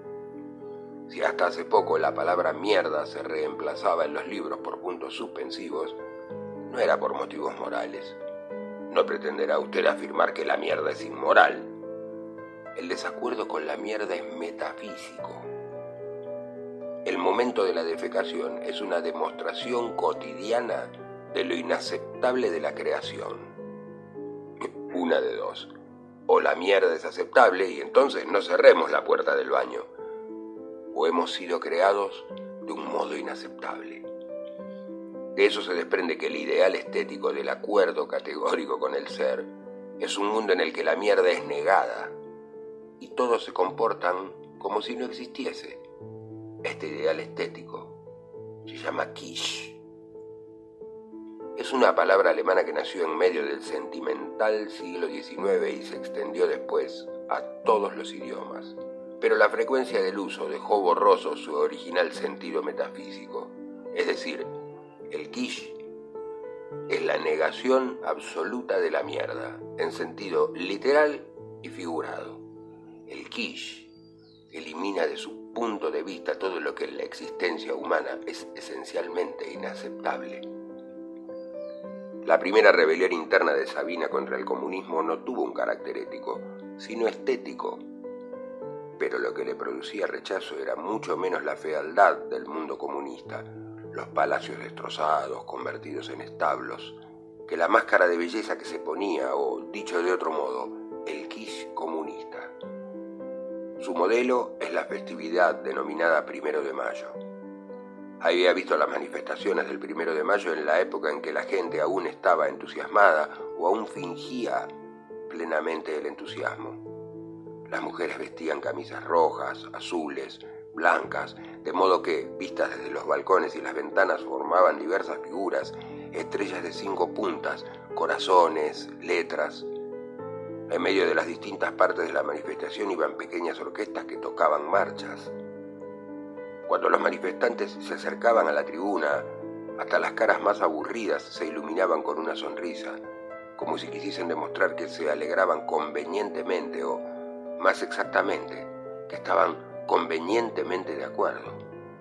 Speaker 1: Si hasta hace poco la palabra mierda se reemplazaba en los libros por puntos suspensivos, no era por motivos morales. No pretenderá usted afirmar que la mierda es inmoral. El desacuerdo con la mierda es metafísico. El momento de la defecación es una demostración cotidiana de lo inaceptable de la creación. Una de dos. O la mierda es aceptable y entonces no cerremos la puerta del baño. O hemos sido creados de un modo inaceptable. De eso se desprende que el ideal estético del acuerdo categórico con el ser es un mundo en el que la mierda es negada y todos se comportan como si no existiese. Este ideal estético se llama Kitsch. Es una palabra alemana que nació en medio del sentimental siglo diecinueve y se extendió después a todos los idiomas. Pero la frecuencia del uso dejó borroso su original sentido metafísico. Es decir, el kitsch es la negación absoluta de la mierda, en sentido literal y figurado. El kitsch elimina de su punto de vista todo lo que en la existencia humana es esencialmente inaceptable. La primera rebelión interna de Sabina contra el comunismo no tuvo un carácter ético, sino estético. Pero lo que le producía rechazo era mucho menos la fealdad del mundo comunista, los palacios destrozados, convertidos en establos, que la máscara de belleza que se ponía, o dicho de otro modo, el kitsch comunista. Su modelo es la festividad denominada Primero de Mayo. Había visto las manifestaciones del Primero de Mayo en la época en que la gente aún estaba entusiasmada o aún fingía plenamente el entusiasmo. Las mujeres vestían camisas rojas, azules, blancas, de modo que, vistas desde los balcones y las ventanas, formaban diversas figuras, estrellas de cinco puntas, corazones, letras. En medio de las distintas partes de la manifestación iban pequeñas orquestas que tocaban marchas. Cuando los manifestantes se acercaban a la tribuna, hasta las caras más aburridas se iluminaban con una sonrisa, como si quisiesen demostrar que se alegraban convenientemente o, más exactamente, que estaban convenientemente de acuerdo.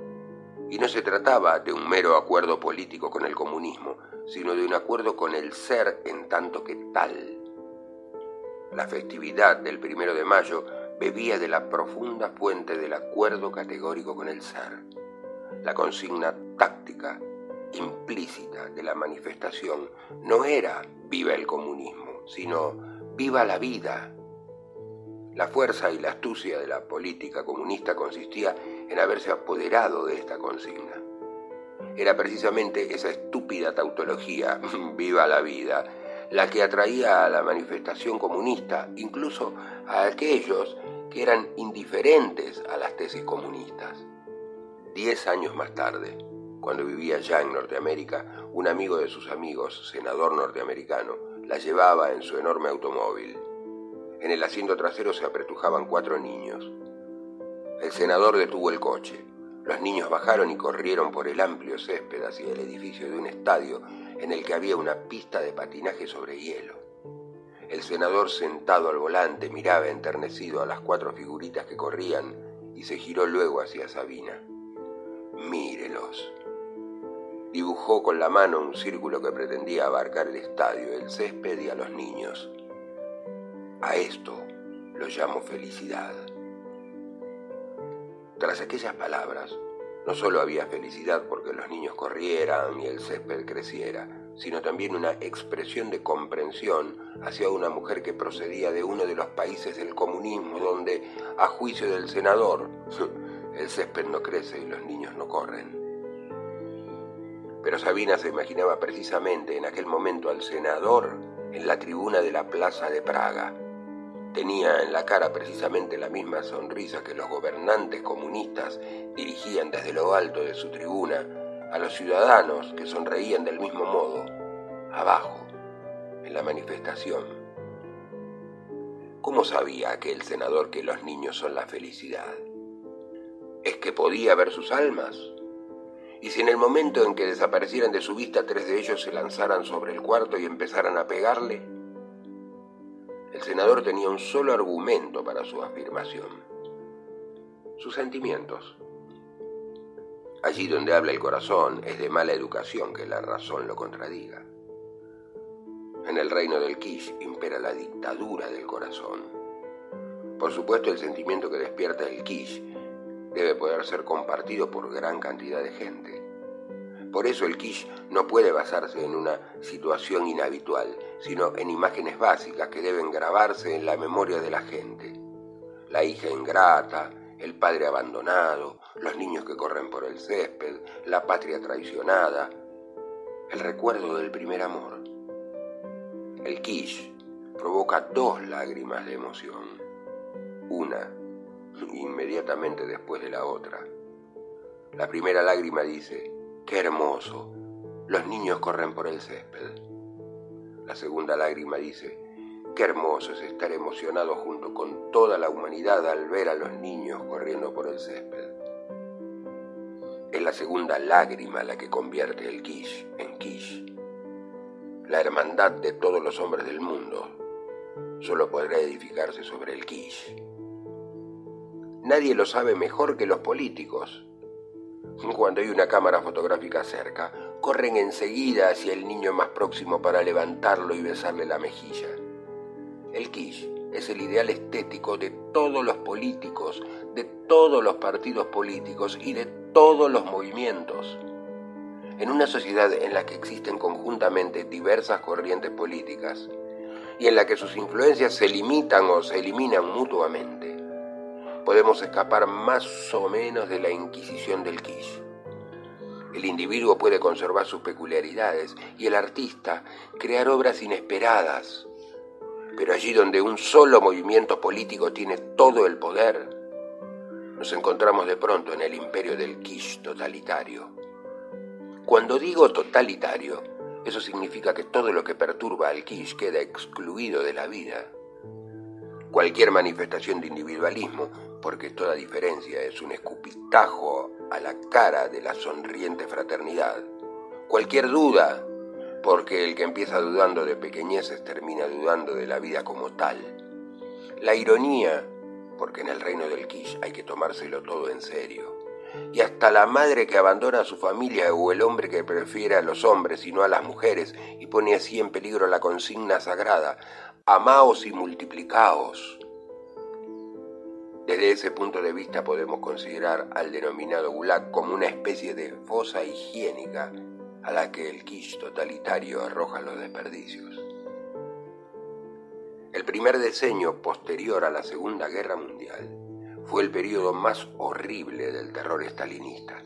Speaker 1: Y no se trataba de un mero acuerdo político con el comunismo, sino de un acuerdo con el ser en tanto que tal. La festividad del Primero de Mayo bebía de la profunda fuente del acuerdo categórico con el ser. La consigna táctica, implícita de la manifestación no era «viva el comunismo», sino «viva la vida». La fuerza y la astucia de la política comunista consistía en haberse apoderado de esta consigna. Era precisamente esa estúpida tautología, «viva la vida», la que atraía a la manifestación comunista, incluso a aquellos que eran indiferentes a las tesis comunistas. Diez años más tarde, cuando vivía ya en Norteamérica, un amigo de sus amigos, senador norteamericano, la llevaba en su enorme automóvil. En el asiento trasero se apretujaban cuatro niños. El senador detuvo el coche. Los niños bajaron y corrieron por el amplio césped hacia el edificio de un estadio en el que había una pista de patinaje sobre hielo. El senador, sentado al volante, miraba enternecido a las cuatro figuritas que corrían y se giró luego hacia Sabina. «Mírelos». Dibujó con la mano un círculo que pretendía abarcar el estadio, el césped y a los niños. A esto lo llamo felicidad. Tras aquellas palabras, no solo había felicidad porque los niños corrieran y el césped creciera, sino también una expresión de comprensión hacia una mujer que procedía de uno de los países del comunismo donde, a juicio del senador, el césped no crece y los niños no corren. Pero Sabina se imaginaba precisamente en aquel momento al senador en la tribuna de la Plaza de Praga. Tenía en la cara precisamente la misma sonrisa que los gobernantes comunistas dirigían desde lo alto de su tribuna a los ciudadanos que sonreían del mismo modo, abajo, en la manifestación. ¿Cómo sabía aquel senador que los niños son la felicidad? ¿Es que podía ver sus almas? ¿Y si en el momento en que desaparecieran de su vista tres de ellos se lanzaran sobre el cuarto y empezaran a pegarle? El senador tenía un solo argumento para su afirmación: sus sentimientos. Allí donde habla el corazón es de mala educación que la razón lo contradiga. En el reino del kitsch impera la dictadura del corazón. Por supuesto, el sentimiento que despierta el kitsch debe poder ser compartido por gran cantidad de gente. Por eso el kitsch no puede basarse en una situación inhabitual, sino en imágenes básicas que deben grabarse en la memoria de la gente. La hija ingrata, el padre abandonado, los niños que corren por el césped, la patria traicionada, el recuerdo del primer amor. El kitsch provoca dos lágrimas de emoción, una inmediatamente después de la otra. La primera lágrima dice: ¡qué hermoso! Los niños corren por el césped. La segunda lágrima dice: ¡qué hermoso es estar emocionado junto con toda la humanidad al ver a los niños corriendo por el césped! Es la segunda lágrima la que convierte el kitsch en kitsch. La hermandad de todos los hombres del mundo solo podrá edificarse sobre el kitsch. Nadie lo sabe mejor que los políticos. Cuando hay una cámara fotográfica cerca, corren enseguida hacia el niño más próximo para levantarlo y besarle la mejilla. El kitsch es el ideal estético de todos los políticos, de todos los partidos políticos y de todos los movimientos. En una sociedad en la que existen conjuntamente diversas corrientes políticas y en la que sus influencias se limitan o se eliminan mutuamente, podemos escapar más o menos de la inquisición del kitsch. El individuo puede conservar sus peculiaridades y el artista crear obras inesperadas. Pero allí donde un solo movimiento político tiene todo el poder, nos encontramos de pronto en el imperio del kitsch totalitario. Cuando digo totalitario, eso significa que todo lo que perturba al kitsch queda excluido de la vida. Cualquier manifestación de individualismo, porque toda diferencia es un escupitajo a la cara de la sonriente fraternidad. Cualquier duda, porque el que empieza dudando de pequeñeces termina dudando de la vida como tal. La ironía, porque en el reino del kitsch hay que tomárselo todo en serio. Y hasta la madre que abandona a su familia o el hombre que prefiere a los hombres y no a las mujeres y pone así en peligro la consigna sagrada: amaos y multiplicaos. Desde ese punto de vista podemos considerar al denominado gulag como una especie de fosa higiénica a la que el kitsch totalitario arroja los desperdicios. El primer decenio posterior a la Segunda Guerra Mundial fue el periodo más horrible del terror estalinista.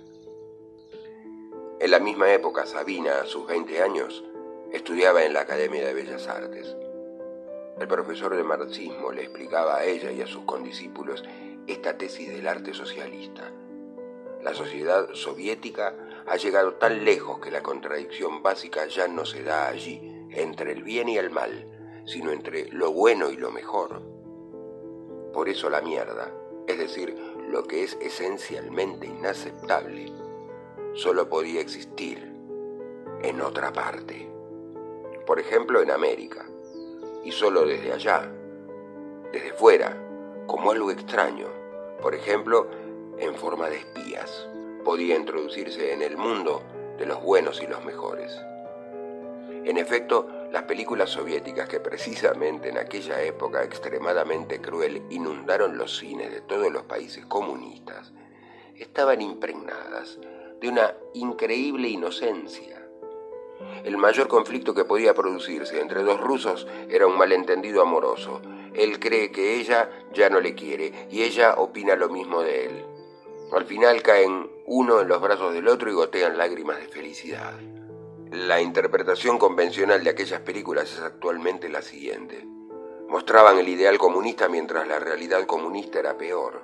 Speaker 1: En la misma época, Sabina, a sus veinte años, estudiaba en la Academia de Bellas Artes. El profesor de marxismo le explicaba a ella y a sus condiscípulos esta tesis del arte socialista. La sociedad soviética ha llegado tan lejos que la contradicción básica ya no se da allí, entre el bien y el mal, sino entre lo bueno y lo mejor. Por eso la mierda, es decir, lo que es esencialmente inaceptable, solo podía existir en otra parte. Por ejemplo, en América, y solo desde allá, desde fuera, como algo extraño, por ejemplo, en forma de espías, podía introducirse en el mundo de los buenos y los mejores. En efecto, las películas soviéticas que precisamente en aquella época extremadamente cruel inundaron los cines de todos los países comunistas, estaban impregnadas de una increíble inocencia. El mayor conflicto que podía producirse entre dos rusos era un malentendido amoroso. Él cree que ella ya no le quiere y ella opina lo mismo de él. Al final caen uno en los brazos del otro y gotean lágrimas de felicidad. La interpretación convencional de aquellas películas es actualmente la siguiente. Mostraban el ideal comunista mientras la realidad comunista era peor.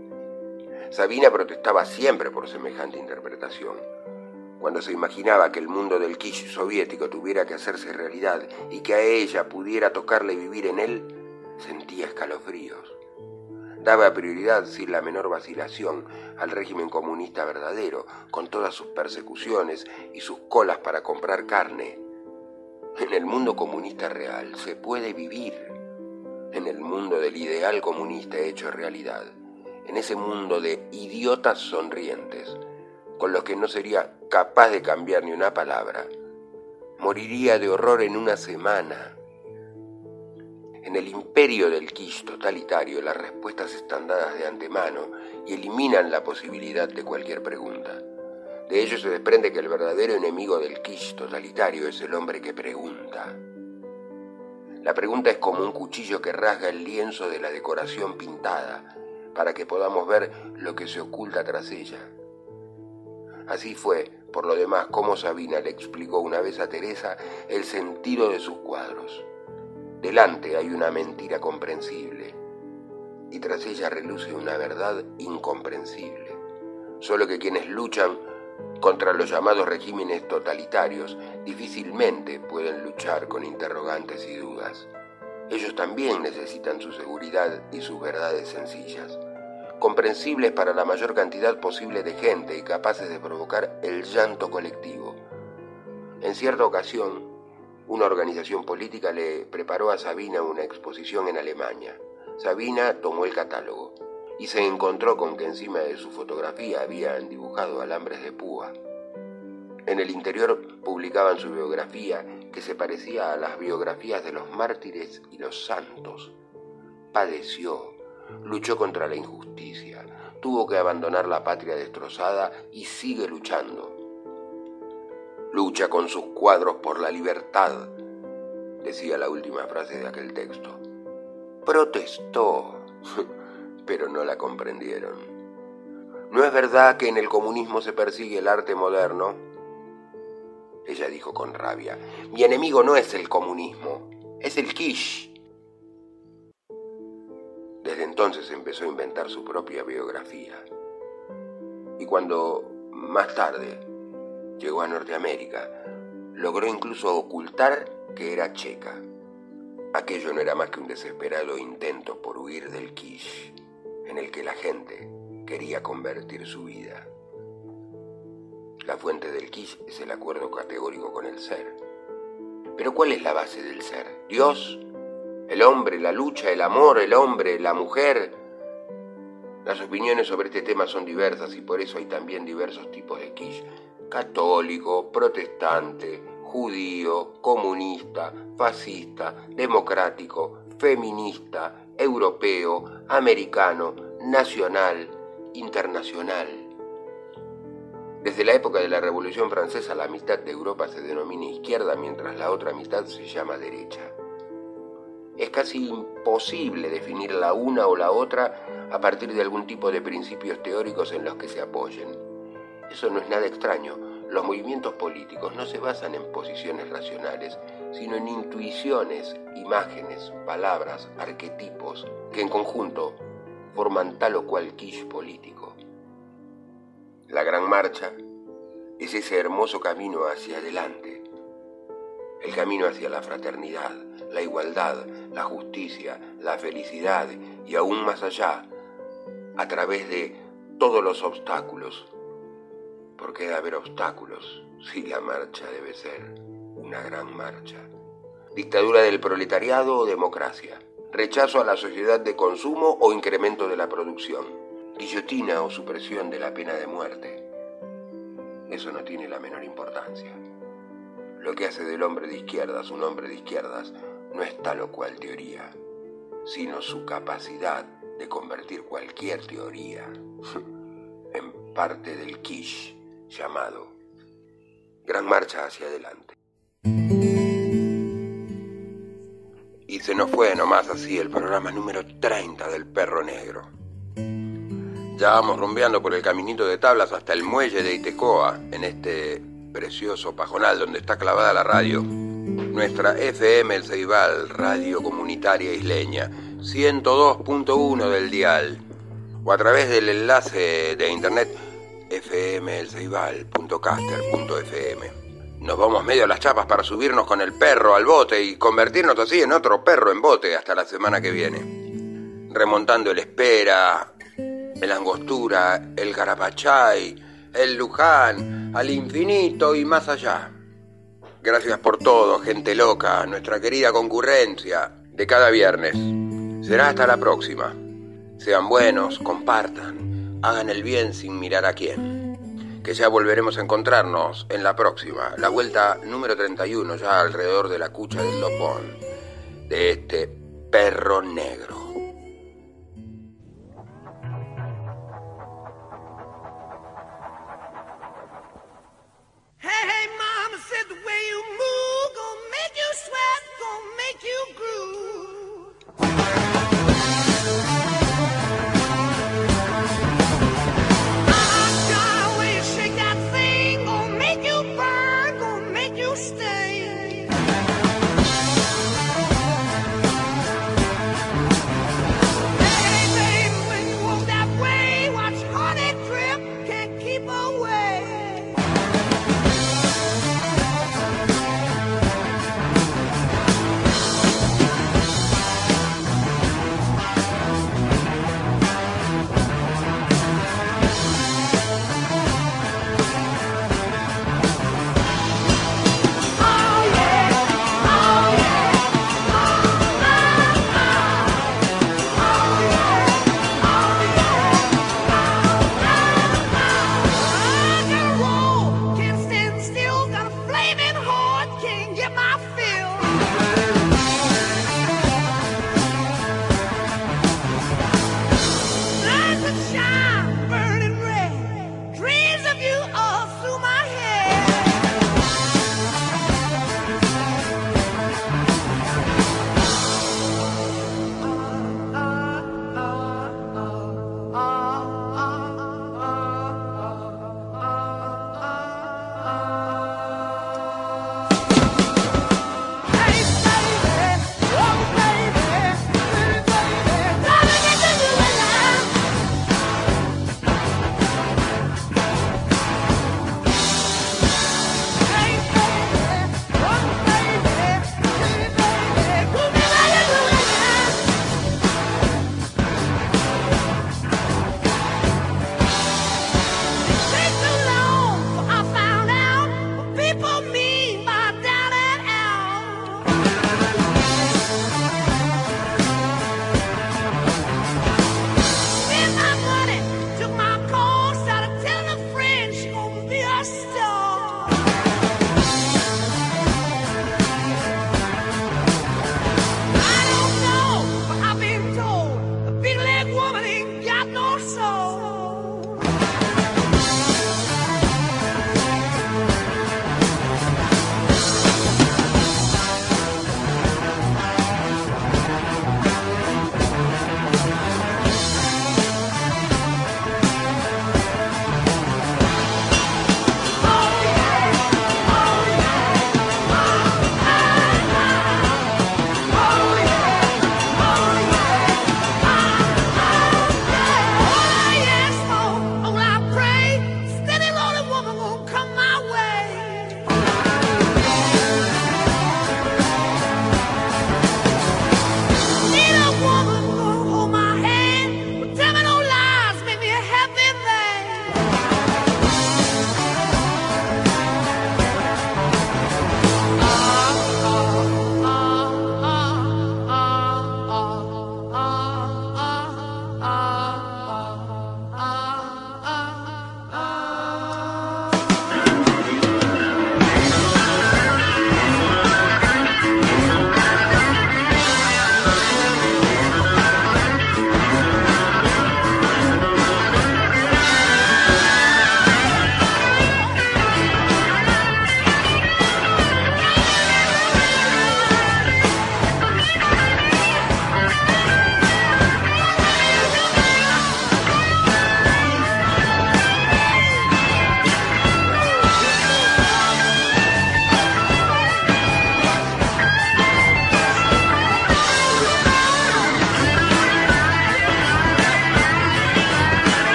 Speaker 1: Sabina protestaba siempre por semejante interpretación. Cuando se imaginaba que el mundo del kitsch soviético tuviera que hacerse realidad y que a ella pudiera tocarle vivir en él, sentía escalofríos. Daba prioridad, sin la menor vacilación, al régimen comunista verdadero, con todas sus persecuciones y sus colas para comprar carne. En el mundo comunista real se puede vivir, en el mundo del ideal comunista hecho realidad, en ese mundo de idiotas sonrientes, con los que no sería capaz de cambiar ni una palabra. Moriría de horror en una semana. En el imperio del kitsch totalitario, las respuestas están dadas de antemano y eliminan la posibilidad de cualquier pregunta. De ello se desprende que el verdadero enemigo del kitsch totalitario es el hombre que pregunta. La pregunta es como un cuchillo que rasga el lienzo de la decoración pintada para que podamos ver lo que se oculta tras ella. Así fue, por lo demás, como Sabina le explicó una vez a Teresa el sentido de sus cuadros. Delante hay una mentira comprensible y tras ella reluce una verdad incomprensible. Solo que quienes luchan contra los llamados regímenes totalitarios difícilmente pueden luchar con interrogantes y dudas. Ellos también necesitan su seguridad y sus verdades sencillas, comprensibles para la mayor cantidad posible de gente y capaces de provocar el llanto colectivo. En cierta ocasión, una organización política le preparó a Sabina una exposición en Alemania. Sabina tomó el catálogo y se encontró con que encima de su fotografía habían dibujado alambres de púa. En el interior publicaban su biografía, que se parecía a las biografías de los mártires y los santos. Padeció, luchó contra la injusticia, tuvo que abandonar la patria destrozada y sigue luchando. Lucha con sus cuadros por la libertad, decía la última frase de aquel texto. Protestó, pero no la comprendieron. ¿No es verdad que en el comunismo se persigue el arte moderno? Ella dijo con rabia, mi enemigo no es el comunismo, es el kitsch. Desde entonces empezó a inventar su propia biografía. Y cuando, más tarde, llegó a Norteamérica, logró incluso ocultar que era checa. Aquello no era más que un desesperado intento por huir del kitsch, en el que la gente quería convertir su vida. La fuente del kitsch es el acuerdo categórico con el ser. Pero ¿cuál es la base del ser? ¿Dios? ¿El hombre, la lucha, el amor, el hombre, la mujer? Las opiniones sobre este tema son diversas y por eso hay también diversos tipos de kitsch. Católico, protestante, judío, comunista, fascista, democrático, feminista, europeo, americano, nacional, internacional. Desde la época de la Revolución Francesa, la mitad de Europa se denomina izquierda, mientras la otra mitad se llama derecha. Es casi imposible definir la una o la otra a partir de algún tipo de principios teóricos en los que se apoyen. Eso no es nada extraño. Los movimientos políticos no se basan en posiciones racionales, sino en intuiciones, imágenes, palabras, arquetipos, que en conjunto forman tal o cual kitsch político. La Gran Marcha es ese hermoso camino hacia adelante, el camino hacia la fraternidad, la igualdad, la justicia, la felicidad y aún más allá, a través de todos los obstáculos. Porque debe haber obstáculos si la marcha debe ser una gran marcha. Dictadura del proletariado o democracia. Rechazo a la sociedad de consumo o incremento de la producción. Guillotina o supresión de la pena de muerte. Eso no tiene la menor importancia. Lo que hace del hombre de izquierdas un hombre de izquierdas no es tal o cual teoría, sino su capacidad de convertir cualquier teoría en parte del kitsch llamado Gran Marcha hacia adelante. Y se nos fue nomás así el programa número treinta del Perro Negro. Ya vamos rumbeando por el caminito de tablas hasta el muelle de Itecoa, en este precioso pajonal donde está clavada la radio. Nuestra F M El Ceibal, radio comunitaria isleña, ciento dos punto uno del dial, o a través del enlace de internet f m el ceibal punto caster punto f m. Nos vamos medio a las chapas para subirnos con el perro al bote y convertirnos así en otro perro en bote hasta la semana que viene. Remontando el Espera, el Angostura, el Carapachay, el Luján, al infinito y más allá. Gracias por todo, gente loca, nuestra querida concurrencia de cada viernes. Será hasta la próxima. Sean buenos, compartan, hagan el bien sin mirar a quién. Que ya volveremos a encontrarnos en la próxima, la vuelta número treinta y uno, ya alrededor de la cucha del Lopón, de este perro negro.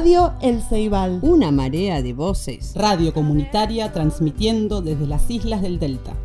Speaker 6: Radio El Ceibal.
Speaker 7: Una marea de voces.
Speaker 8: Radio comunitaria transmitiendo desde las islas del Delta.